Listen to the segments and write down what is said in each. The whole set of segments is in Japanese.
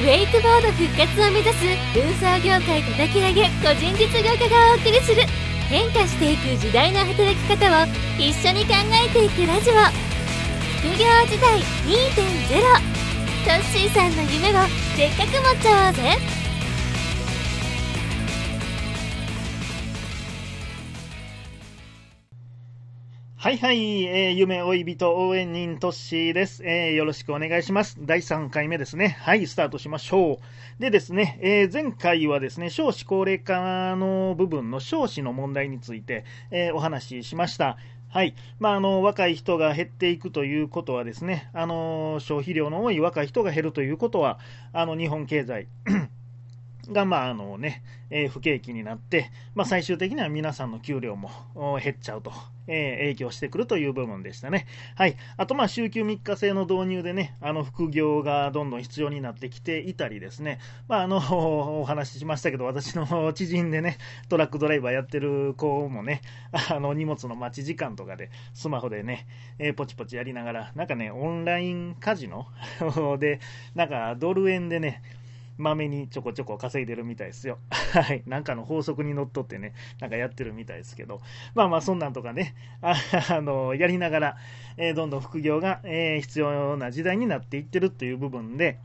ェイクボード復活を目指す運送業界叩き上げ個人実業家がお送りする変化していく時代の働き方を一緒に考えていくラジオ、副業時代 2.0。 トッシーさんの夢をでっかく持っちゃおうぜ。 はいはい、夢追い人応援人トッシーです、よろしくお願いします。第3回目ですね。はい、スタートしましょう。でですね、前回はですね、少子高齢化の部分の少子の問題について、お話ししました。はい。若い人が減っていくということはですね、消費量の多い若い人が減るということは、日本経済が、不景気になって、最終的には皆さんの給料も減っちゃうと、影響してくるという部分でしたね。はい。あと、週休3日制の導入でね、副業がどんどん必要になってきていたりですね、お話ししましたけど、私の知人でね、トラックドライバーやってる子もね、荷物の待ち時間とかで、スマホでね、ポチポチやりながら、なんかね、オンラインカジノで、なんかドル円でね、まめにちょこちょこ稼いでるみたいですよ。はい。なんかの法則にのっとってね、なんかやってるみたいですけど。そんなんとかね、やりながら、どんどん副業が、必要な時代になっていってるっていう部分で、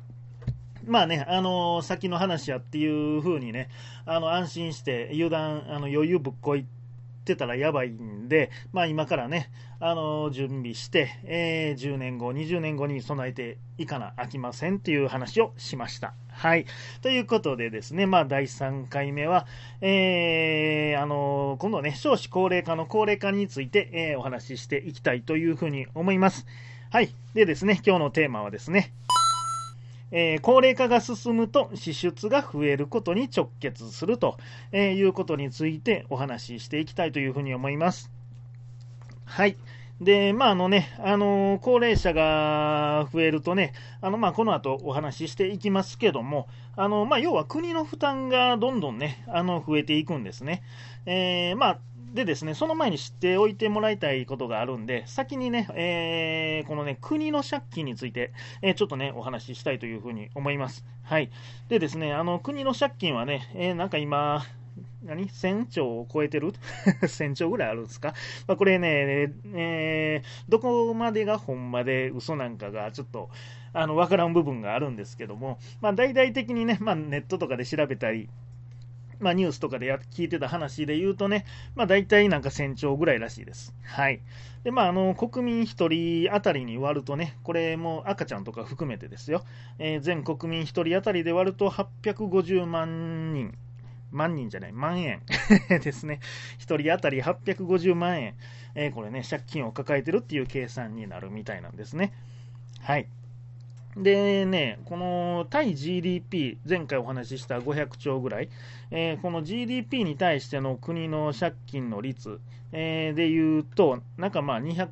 先の話やっていう風にね、安心して油断、余裕ぶっこいてたらやばいんで、今からね、準備して、10年後、20年後に備えていかなあきませんという話をしました。はい。ということでですね、第3回目は、今度ね、少子高齢化の高齢化について、お話ししていきたいというふうに思います。はい。でですね、今日のテーマはですね、高齢化が進むと支出が増えることに直結するということについてお話ししていきたいというふうに思います。はい。で、高齢者が増えるとね、この後お話ししていきますけども、要は国の負担がどんどんね、増えていくんですね。でですね、その前に知っておいてもらいたいことがあるんで、先にね、このね、国の借金について、ちょっとね、お話ししたいというふうに思います。はい。でですね、国の借金はね、なんか今、1000兆を超えてる1000兆ぐらいあるんですか。これね、どこまでがほんまで嘘なんかがちょっと、わからん部分があるんですけども、大々的にね、ネットとかで調べたり、ニュースとかで聞いてた話で言うとね、大体なんか1000兆ぐらいらしいです。はい。で、国民1人当たりに割るとね、これも赤ちゃんとか含めてですよ、全国民1人当たりで割ると850万人。万円ですね。1人当たり850万円。これね、借金を抱えてるっていう計算になるみたいなんですね。はい。でね、この対 GDP、前回お話しした500兆ぐらい、この GDP に対しての国の借金の率、で言うと、なんか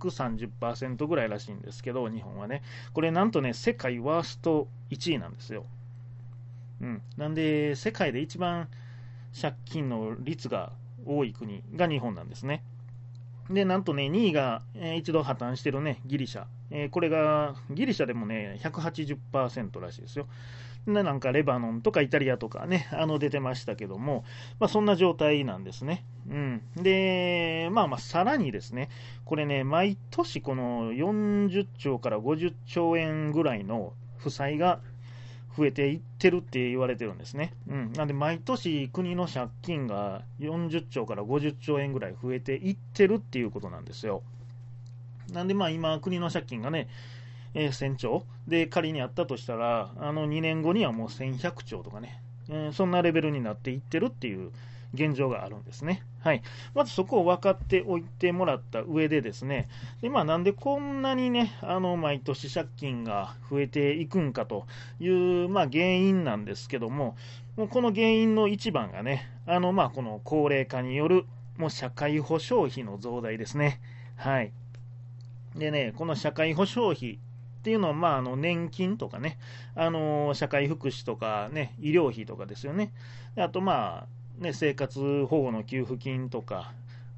230% ぐらいらしいんですけど、日本はね、これなんとね、世界ワースト1位なんですよ。なんで、世界で一番借金の率が多い国が日本なんですね。で、なんとね、2位が、一度破綻してるね、ギリシャ。これが、ギリシャでもね、180% らしいですよ。で、なんかレバノンとかイタリアとかね、出てましたけども、そんな状態なんですね。で、さらにですね、これね、毎年この40兆から50兆円ぐらいの負債が増えていってるって言われてるんですね。なんで毎年国の借金が40兆から50兆円ぐらい増えていってるっていうことなんですよ。なんで今国の借金がね、1000兆で仮にあったとしたら、2年後にはもう1100兆とかね、そんなレベルになっていってるっていう現状があるんですね。はい。まずそこを分かっておいてもらった上でですね、でなんでこんなにね、毎年借金が増えていくんかという、原因なんですけども、もうこの原因の一番がね、この高齢化による、もう社会保障費の増大ですね。はい。でね、この社会保障費っていうのは、年金とかね、社会福祉とかね、医療費とかですよね。あと、生活保護の給付金とか、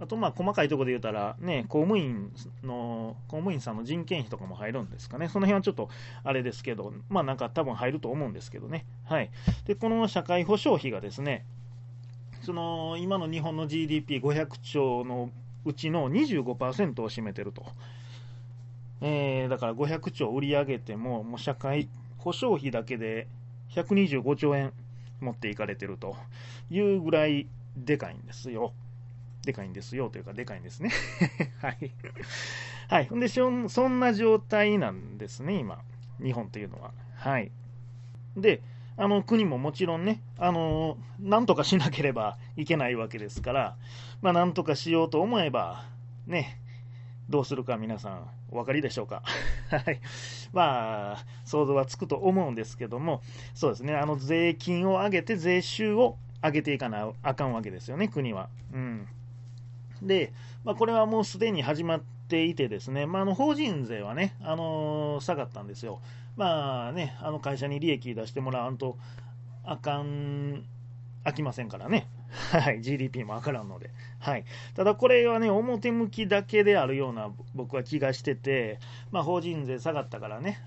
あと細かいところで言うたら、ね、公務員さんの人件費とかも入るんですかね、その辺はちょっとあれですけど、なんか多分入ると思うんですけどね、はい、でこの社会保障費がですね、今の日本の GDP500 兆のうちの 25% を占めてると、だから500兆売り上げても、もう社会保障費だけで125兆円持っていかれてるというぐらいでかいんですよ。でかいんですよというか、でかいんですね。はい。はい。で、そんな状態なんですね、今、日本というのは。はい。で、国ももちろんね、なんとかしなければいけないわけですから、なんとかしようと思えば、ね、どうするか皆さんお分かりでしょうか。はい。想像はつくと思うんですけども、そうですね、税金を上げて税収を上げていかなあかんわけですよね、国は。うん。で、これはもうすでに始まっていてですね、法人税はね、下がったんですよ。会社に利益出してもらわんと飽きませんからね。はい、GDP も上がらんので。はい。ただこれはね、表向きだけであるような僕は気がしてて、法人税下がったからね、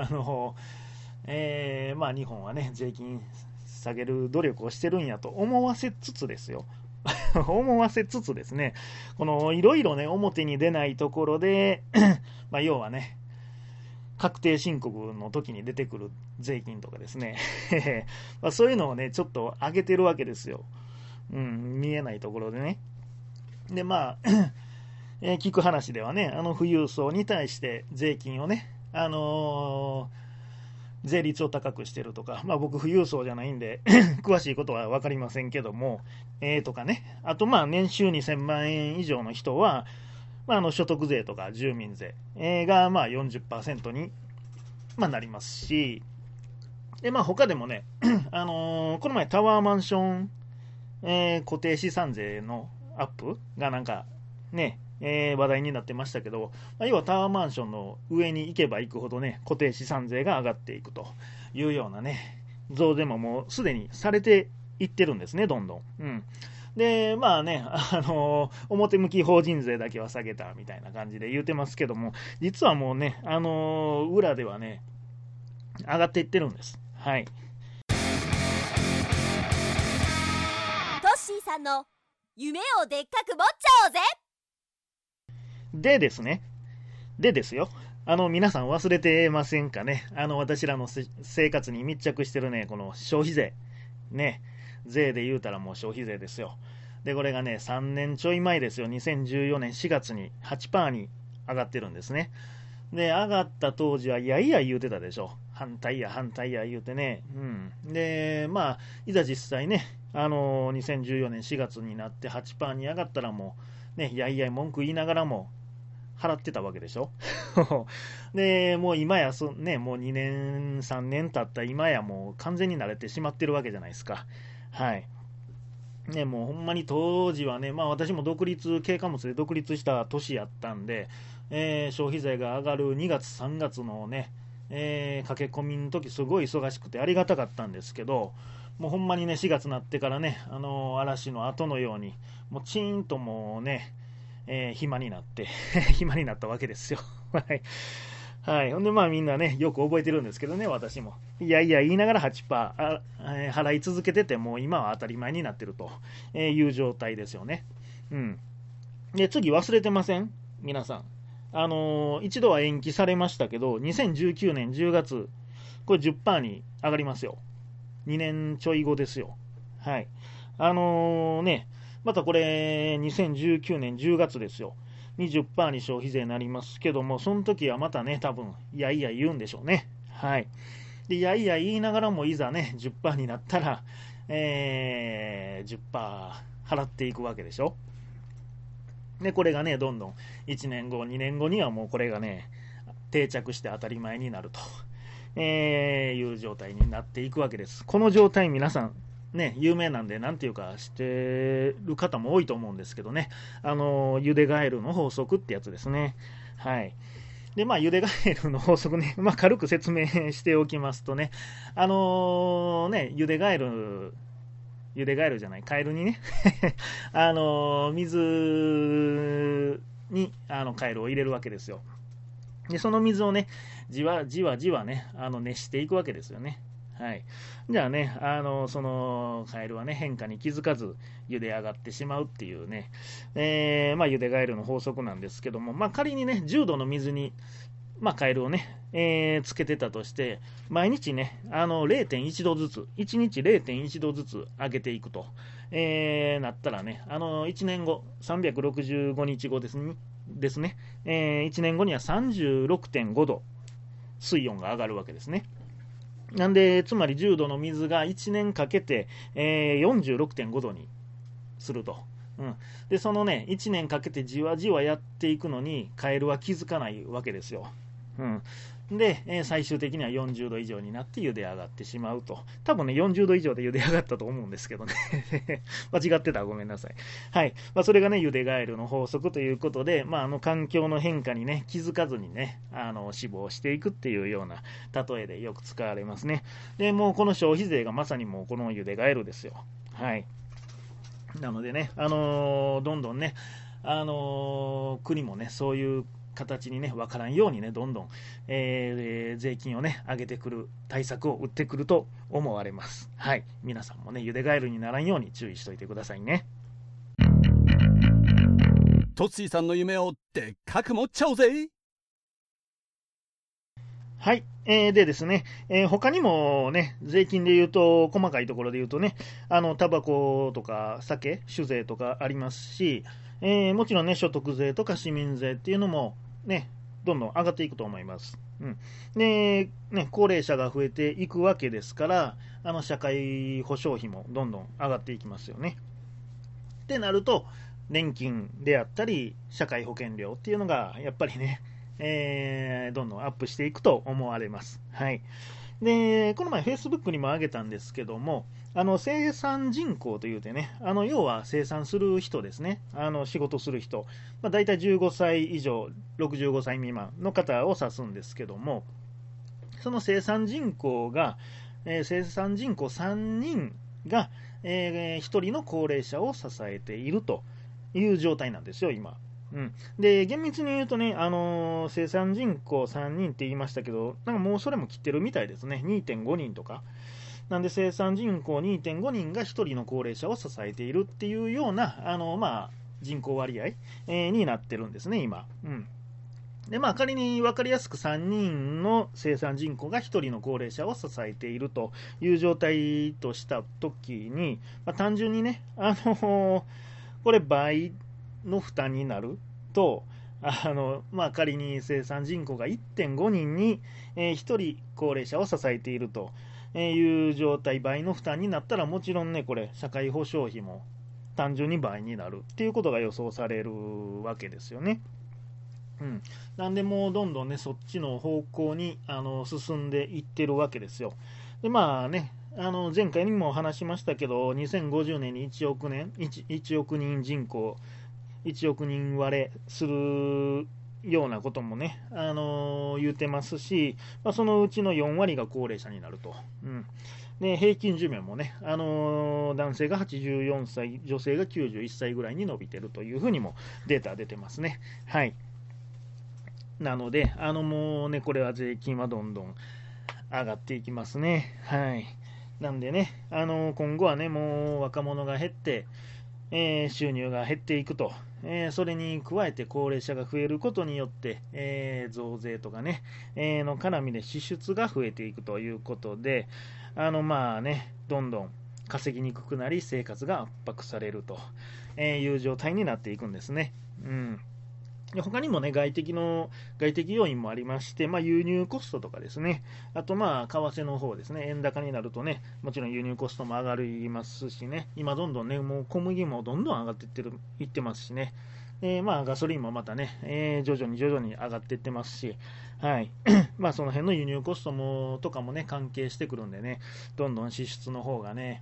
日本はね、税金下げる努力をしてるんやと思わせつつですよ。思わせつつですね、いろいろね、表に出ないところで、要はね、確定申告の時に出てくる税金とかですね、そういうのをね、ちょっと上げてるわけですよ。見えないところでね。で、聞く話ではね、富裕層に対して税金をね、税率を高くしてるとか、僕富裕層じゃないんで詳しいことは分かりませんけども、とかね、あと年収2000万円以上の人は、所得税とか住民税、が40% に、なりますし、で他でもね、この前タワーマンション、固定資産税のアップがなんかね、話題になってましたけど、要はタワーマンションの上に行けば行くほどね、固定資産税が上がっていくというようなね、増税ももうすでにされていってるんですね、どんどん。で、表向き法人税だけは下げたみたいな感じで言うてますけども、実はもうね、裏ではね、上がっていってるんです。はい。 トッシーさんの夢をでっかく持っちゃおうぜ。 でですよ。皆さん忘れてませんかね。私らの生活に密着してるね、この消費税。ね。税で言うたらもう消費税ですよ。で、これがね、3年ちょい前ですよ。2014年4月に 8% に上がってるんですね。で、上がった当時はいやいや言うてたでしょ。反対や言うてね。で、いざ実際ね、2014年4月になって 8% に上がったらもう、ね、いやいや文句言いながらも、払ってたわけでしょ。で、もう今やもう2年、3年経った今やもう完全に慣れてしまってるわけじゃないですか。はい。ね、もうほんまに当時はね、私も軽貨物で独立した年やったんで、消費税が上がる2月、3月のね、駆け込みの時すごい忙しくてありがたかったんですけど、もうほんまにね、4月になってからね、嵐の後のように、もうチーンともうね、暇になって暇になったわけですよ。はい。はい。ほんでみんなね、よく覚えてるんですけどね、私も。いやいや言いながら 8% 払い続けてて、もう今は当たり前になってるという状態ですよね。で、次忘れてません？皆さん。一度は延期されましたけど、2019年10月、これ 10% に上がりますよ。2年ちょい後ですよ。はい。またこれ、2019年10月ですよ。20% に消費税になりますけども、その時はまたね、多分、いやいや言うんでしょうね。はい。で、いやいや言いながらも、いざね、10% になったら、10% 払っていくわけでしょ。で、これがね、どんどん1年後、2年後にはもうこれがね、定着して当たり前になると、いう状態になっていくわけです。この状態、皆さん、ね、有名なんで、なんていうか、知ってる方も多いと思うんですけどね、ユデガエルの法則ってやつですね。はい。で、ユデガエルの法則ね、軽く説明しておきますとね、ユデガエルゆでガエルじゃない、カエルにね水にカエルを入れるわけですよ。でその水をねじわじわじわね熱していくわけですよね。はい、じゃあねそのカエルはね変化に気づかず茹で上がってしまうっていうね、茹でガエルの法則なんですけども、仮にね10度の水にカエルをね、つけてたとして、毎日ね、0.1 度ずつ、1日 0.1 度ずつ上げていくと、なったらね、1年後、365日後ですね、1年後には 36.5 度、水温が上がるわけですね。なんで、つまり10度の水が1年かけて、46.5 度にすると。でそのね1年かけてじわじわやっていくのにカエルは気づかないわけですよ。で、最終的には40度以上になって茹で上がってしまうと。多分ね40度以上で茹で上がったと思うんですけどね間違ってたらごめんなさい。はい、それがね茹でガエルの法則ということで、環境の変化にね気づかずにね死亡していくっていうような例えでよく使われますね。でもうこの消費税がまさにもうこの茹でガエルですよ。はい、なのでね、どんどんね、国もね、そういう形にね、分からんようにね、どんどん、税金をね、上げてくる対策を打ってくると思われます。はい。皆さんもね、茹でガエルにならんように注意しておいてくださいね。 とついさんの夢をでっかく持っちゃおうぜ。 はい。でですね、他にもね、税金で言うと、細かいところで言うとね、タバコとか酒、酒税とかありますし、もちろんね、所得税とか市民税っていうのもね、どんどん上がっていくと思います。で、ね、高齢者が増えていくわけですから、社会保障費もどんどん上がっていきますよね。ってなると、年金であったり、社会保険料っていうのが、やっぱりね、どんどんアップしていくと思われます。はい。で、この前 Facebook にも上げたんですけども、生産人口というてね、要は生産する人ですね、仕事する人、大体15歳以上、65歳未満の方を指すんですけども、その生産人口が、生産人口3人が、1人の高齢者を支えているという状態なんですよ、今。で厳密に言うとね、生産人口3人って言いましたけど、なんかもうそれも切ってるみたいですね。 2.5 人とかなんで、生産人口 2.5 人が1人の高齢者を支えているっていうような人口割合、になってるんですね今。で仮に分かりやすく3人の生産人口が1人の高齢者を支えているという状態としたときに、単純にね、これ倍の負担になると、仮に生産人口が 1.5 人に、1人高齢者を支えているという状態、倍の負担になったら、もちろんね、これ社会保障費も単純に倍になるっていうことが予想されるわけですよね。なんでもうどんどんねそっちの方向に進んでいってるわけですよ。で前回にも話しましたけど、2050年に1億人人口1億人割れするようなこともね、言うてますし、そのうちの4割が高齢者になると。で平均寿命もね、男性が84歳、女性が91歳ぐらいに伸びてるというふうにもデータ出てますね。はい。なので、もうね、これは税金はどんどん上がっていきますね。はい。なんでね、今後はね、もう若者が減って、収入が減っていくと、それに加えて高齢者が増えることによって、増税とかね、の絡みで支出が増えていくということで、どんどん稼ぎにくくなり生活が圧迫されるという状態になっていくんですね。他にもね、外的要因もありまして、輸入コストとかですね、あと為替の方ですね、円高になるとね、もちろん輸入コストも上がりますしね、今どんどんね、もう小麦もどんどん上がっていってますしね、ガソリンもまたね、徐々に上がっていってますし、はい。その辺の輸入コストもとかもね、関係してくるんでね、どんどん支出の方がね、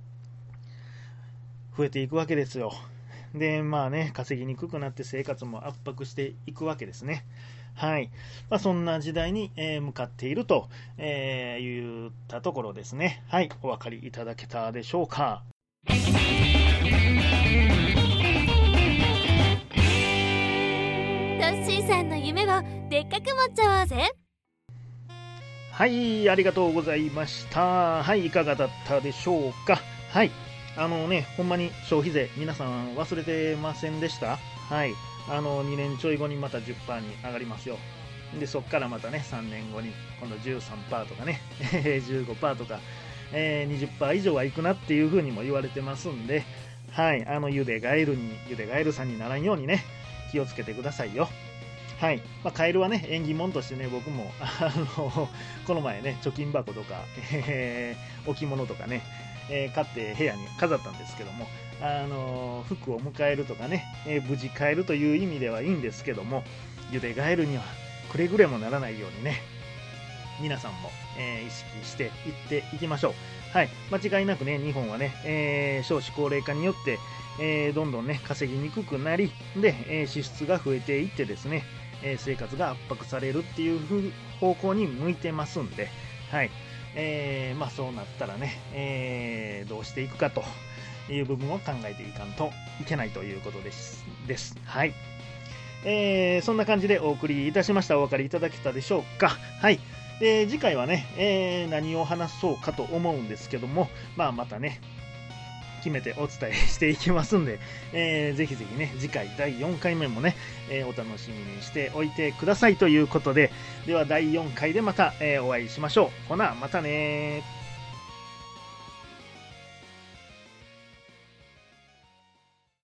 増えていくわけですよ。で稼ぎにくくなって生活も圧迫していくわけですね。はい。そんな時代に、向かっていると、言ったところですね。はい。お分かりいただけたでしょうか。 トッシーさんの夢をでっかく持っちゃおうぜ。 はい、ありがとうございました。はい、いかがだったでしょうか。はい、ほんまに消費税、皆さん忘れてませんでした？はい、2年ちょい後にまた 10% に上がりますよ。で、そっからまたね、3年後に今度 13% とかね、15% とか、20% 以上はいくなっていう風にも言われてますんで、はい、ゆでガエルさんにならんようにね、気をつけてくださいよ。はい、カエルはね、縁起物としてね、僕もこの前ね、貯金箱とか、置物とかね、買って部屋に飾ったんですけども、服を迎えるとかね、無事帰るという意味ではいいんですけども、ゆでガエルにはくれぐれもならないようにね、皆さんも、意識していっていきましょう。はい、間違いなくね、日本はね、少子高齢化によって、どんどんね、稼ぎにくくなり、で、支出が増えていってですね、生活が圧迫されるっていう方向に向いてますんで、はい、そうなったらね、どうしていくかという部分を考えていかんといけないということです。はい。そんな感じでお送りいたしました。お分かりいただけたでしょうか。はい。で、次回はね、何を話そうかと思うんですけども、またね、決めてお伝えしていきますんで、ぜひぜひね、次回第4回目もね、お楽しみにしておいてくださいということで、では第4回でまた、お会いしましょう。ほな、またね。